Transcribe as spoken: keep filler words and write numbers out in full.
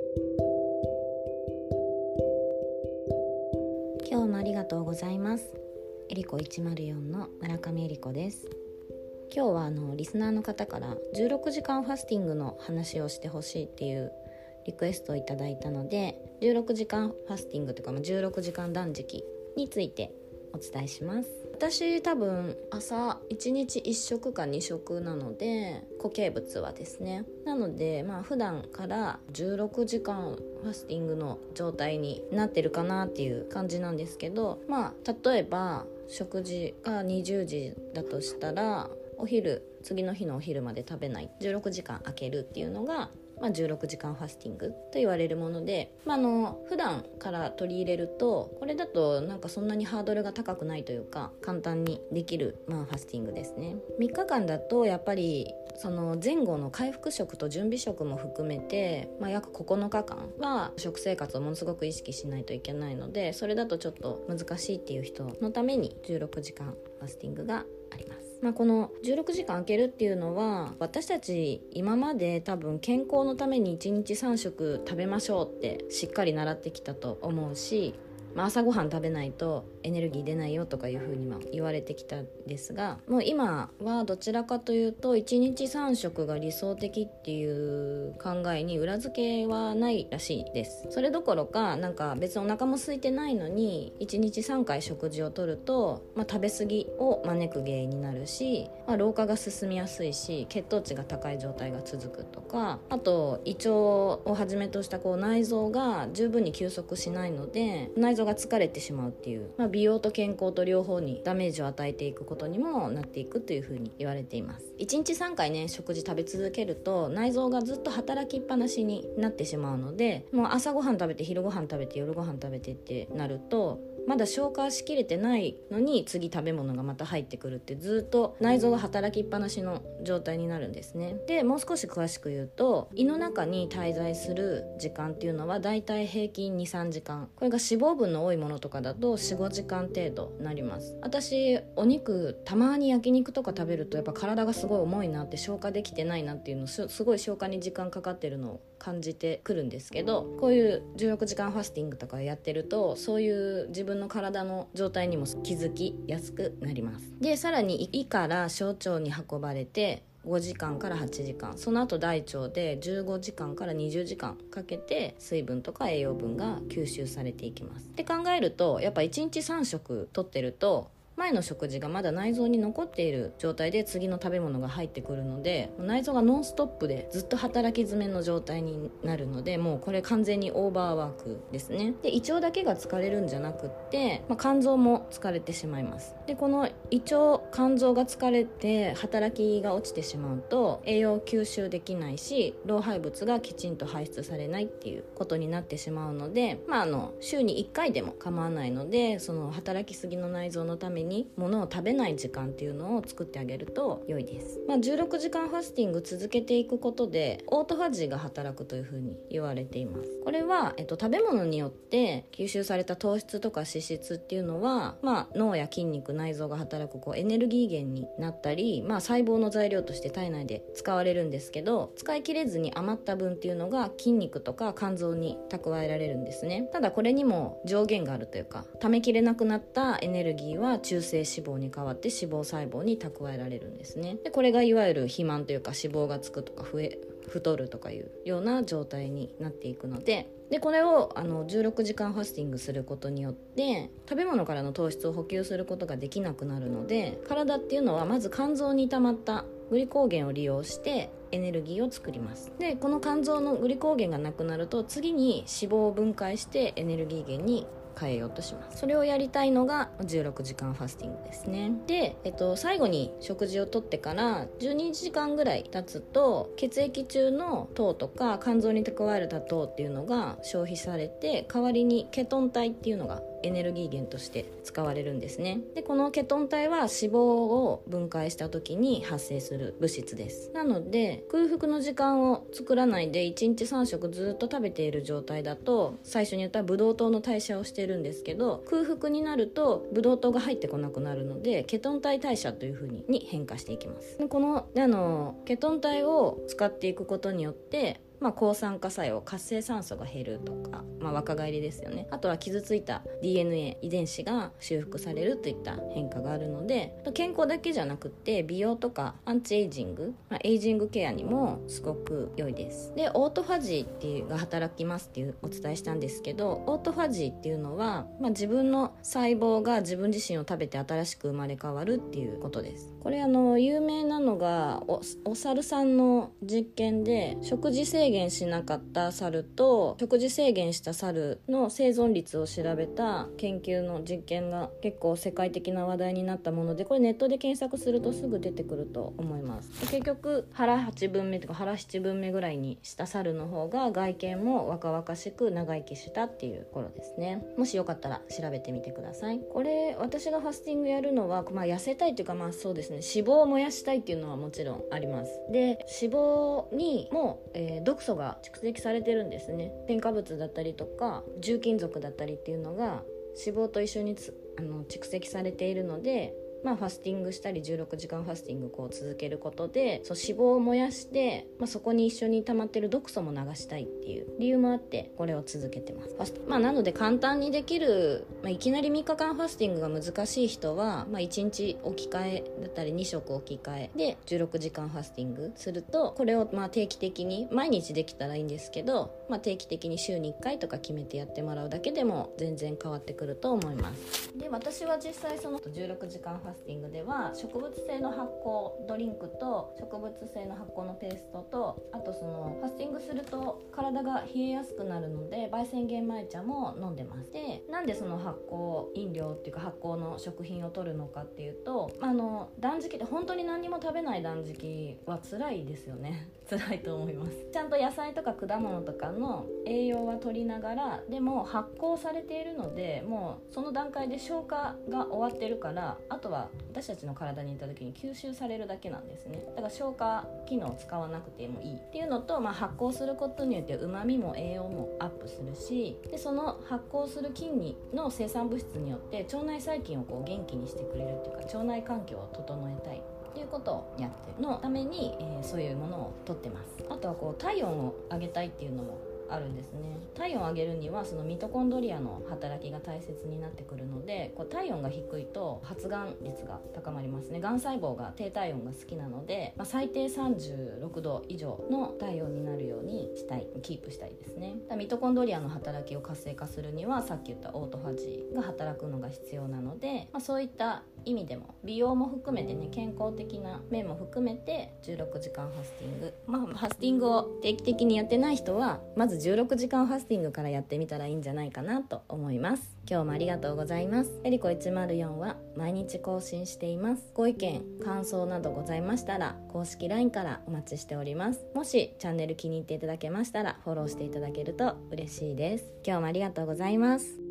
今日もありがとうございます。えりこいちまるよんの村上えりこです。今日はあのリスナーの方からじゅうろくじかんファスティングの話をしてほしいっていうリクエストをいただいたので、じゅうろくじかんファスティングというか、まあ、じゅうろくじかん断食についてお伝えします。私多分朝いちにちいっ食かに食なので、固形物はですね、なのでまあ普段からじゅうろくじかんファスティングの状態になってるかなっていう感じなんですけど、まあ例えば食事がにじゅうじだとしたら、お昼次の日のお昼まで食べない、じゅうろくじかん空けるっていうのがまあ、じゅうろくじかんファスティングと言われるもので、まあ、あの普段から取り入れると、これだとなんかそんなにハードルが高くないというか、簡単にできる、まあ、ファスティングですね。みっかかんだとやっぱりその前後の回復食と準備食も含めて、まあ、約ここのかかんは食生活をものすごく意識しないといけないので、それだとちょっと難しいっていう人のためにじゅうろくじかんファスティングがあります。まあ、このじゅうろくじかん空けるっていうのは、私たち今まで多分健康のためにいちにちさん食食べましょうってしっかり習ってきたと思うし、まあ、朝ごはん食べないとエネルギー出ないよとかいうふうにも言われてきたんですが、もう今はどちらかというといちにちさん食が理想的っていう考えに裏付けはないらしいです。それどころか、なんか別にお腹も空いてないのにいちにちさんかい食事をとると、まあ、食べ過ぎを招く原因になるし、まあ、老化が進みやすいし、血糖値が高い状態が続くとか、あと胃腸をはじめとしたこう内臓が十分に休息しないので内臓が疲れてしまうっていう、まあ、美容と健康と両方にダメージを与えていくことにもなっていくというふうに言われています。いちにちさんかいね、食事食べ続けると内臓がずっと働きっぱなしになってしまうので、もう朝ごはん食べて昼ごはん食べて夜ごはん食べてってなると、まだ消化しきれてないのに次食べ物がまた入ってくるって、ずっと内臓が働きっぱなしの状態になるんですね。でもう少し詳しく言うと、胃の中に滞在する時間っていうのはだいたい平均 にさんじかん、これが脂肪分の多いものとかだと よんごじかん程度なります。私お肉たまに焼肉とか食べると、やっぱ体がすごい重いなって、消化できてないなっていうの、すごい消化に時間かかってるのを感じてくるんですけど、こういうじゅうろくじかんファスティングとかやってると、そういう自分の体の状態にも気づきやすくなります。でさらに胃から小腸に運ばれてごじかんからはちじかん、その後大腸でじゅうごじかんからにじゅうじかんかけて水分とか栄養分が吸収されていきます。って考えると、やっぱいちにちさん食とってると、前の食事がまだ内臓に残っている状態で次の食べ物が入ってくるので、内臓がノンストップでずっと働き詰めの状態になるので、もうこれ完全にオーバーワークですね。で胃腸だけが疲れるんじゃなくって、まあ、肝臓も疲れてしまいます。でこの胃腸肝臓が疲れて働きが落ちてしまうと、栄養吸収できないし、老廃物がきちんと排出されないっていうことになってしまうので、まあ、あの週にいっかいでも構わないので、その働きすぎの内臓のためにものを食べない時間っていうのを作ってあげると良いです。まあ、じゅうろくじかんファスティング続けていくことでオートファジーが働くというふうに言われています。これは、えっと、食べ物によって吸収された糖質とか脂質っていうのは、まあ、脳や筋肉内臓が働くこうエネルギー源になったり、まあ、細胞の材料として体内で使われるんですけど、使い切れずに余った分っていうのが筋肉とか肝臓に蓄えられるんですね。ただこれにも上限があるというか、溜めきれなくなったエネルギーは中性脂肪に変わって脂肪細胞に蓄えられるんですね。でこれがいわゆる肥満というか、脂肪がつくとか増え太るとかいうような状態になっていくので、でこれをあのじゅうろくじかんファスティングすることによって食べ物からの糖質を補給することができなくなるので、体っていうのはまず肝臓に溜まったグリコーゲンを利用してエネルギーを作ります。でこの肝臓のグリコーゲンがなくなると、次に脂肪を分解してエネルギー源に変えようとします。それをやりたいのがじゅうろくじかんファスティングですね。で、えっと、最後に食事をとってからじゅうにじかんぐらい経つと、血液中の糖とか肝臓に蓄えられた糖っていうのが消費されて、代わりにケトン体っていうのがエネルギー源として使われるんですね。でこのケトン体は脂肪を分解した時に発生する物質です。なので空腹の時間を作らないでいちにちさん食ずっと食べている状態だと、最初に言ったブドウ糖の代謝をしているんですけど、空腹になるとブドウ糖が入ってこなくなるので、ケトン体代謝という風にに変化していきます。でこのあのケトン体を使っていくことによってまあ、抗酸化作用、活性酸素が減るとか、まあ、若返りですよね。あとは傷ついた ディーエヌエー 遺伝子が修復されるといった変化があるので、健康だけじゃなくって美容とかアンチエイジング、まあ、エイジングケアにもすごく良いです。でオートファジーっていうが働きますっていうお伝えしたんですけど、オートファジーっていうのは、まあ、自分の細胞が自分自身を食べて新しく生まれ変わるっていうことです。これあの有名なのが お, お猿さんの実験で、食事制限しなかった猿と食事制限した猿の生存率を調べた研究の実験が結構世界的な話題になったもので、これネットで検索するとすぐ出てくると思います。結局腹はちぶんめとか腹ななぶんめぐらいにした猿の方が外見も若々しく長生きしたっていう頃ですね。もしよかったら調べてみてください。これ私がファスティングやるのは、まあ、痩せたいというか、まあそうですね、脂肪を燃やしたいっていうのはもちろんあります。で脂肪にも、えー、毒素が蓄積されてるんですね。添加物だったりとか重金属だったりっていうのが脂肪と一緒につあの蓄積されているので、まあ、ファスティングしたりじゅうろくじかんファスティングこう続けることで、そう脂肪を燃やして、まあ、そこに一緒に溜まってる毒素も流したいっていう理由もあってこれを続けてます。ファスまあ、なので簡単にできる、まあ、いきなりみっかかんファスティングが難しい人は、まあ、いちにち置き換えだったりにしょく置き換えでじゅうろくじかんファスティングすると、これをまあ定期的に毎日できたらいいんですけど、まあ、定期的に週にいっかいとか決めてやってもらうだけでも全然変わってくると思います。で私は実際そのじゅうろくじかんファスティングでは植物性の発酵ドリンクと植物性の発酵のペーストと、あとそのファスティングすると体が冷えやすくなるので焙煎玄米茶も飲んでます。でなんでその発酵飲料っていうか発酵の食品を取るのかっていうと、あの断食って本当に何も食べない断食は辛いですよね。辛いと思います。ちゃんと野菜とか果物とかの栄養は取りながら、でも発酵されているのでもうその段階で消化が終わってるから、あとは私たちの体にいた時に吸収されるだけなんですね。だから消化機能を使わなくてもいいっていうのと、まあ、発酵することによって旨味も栄養もアップするし、でその発酵する菌にの生産物質によって腸内細菌をこう元気にしてくれるっていうか、腸内環境を整えたいっていうことをやってるのために、えー、そういうものを取ってます。あとはこう体温を上げたいっていうのもあるんですね。体温を上げるにはそのミトコンドリアの働きが大切になってくるので、こう体温が低いと発がん率が高まりますね。がん細胞が低体温が好きなので、まあ、最低さんじゅうろくど以上の体温になるようにしたい、キープしたいですね。だミトコンドリアの働きを活性化するにはさっき言ったオートファジーが働くのが必要なので、まあ、そういった意味でも美容も含めてね、健康的な面も含めてじゅうろくじかんファスティング、まあファスティングを定期的にやってない人はまずじゅうろくじかんファスティングからやってみたらいいんじゃないかなと思います。今日もありがとうございます。エリコいちまるよんは毎日更新しています。ご意見感想などございましたら公式 ライン からお待ちしております。もしチャンネル気に入っていただけましたらフォローしていただけると嬉しいです。今日もありがとうございます。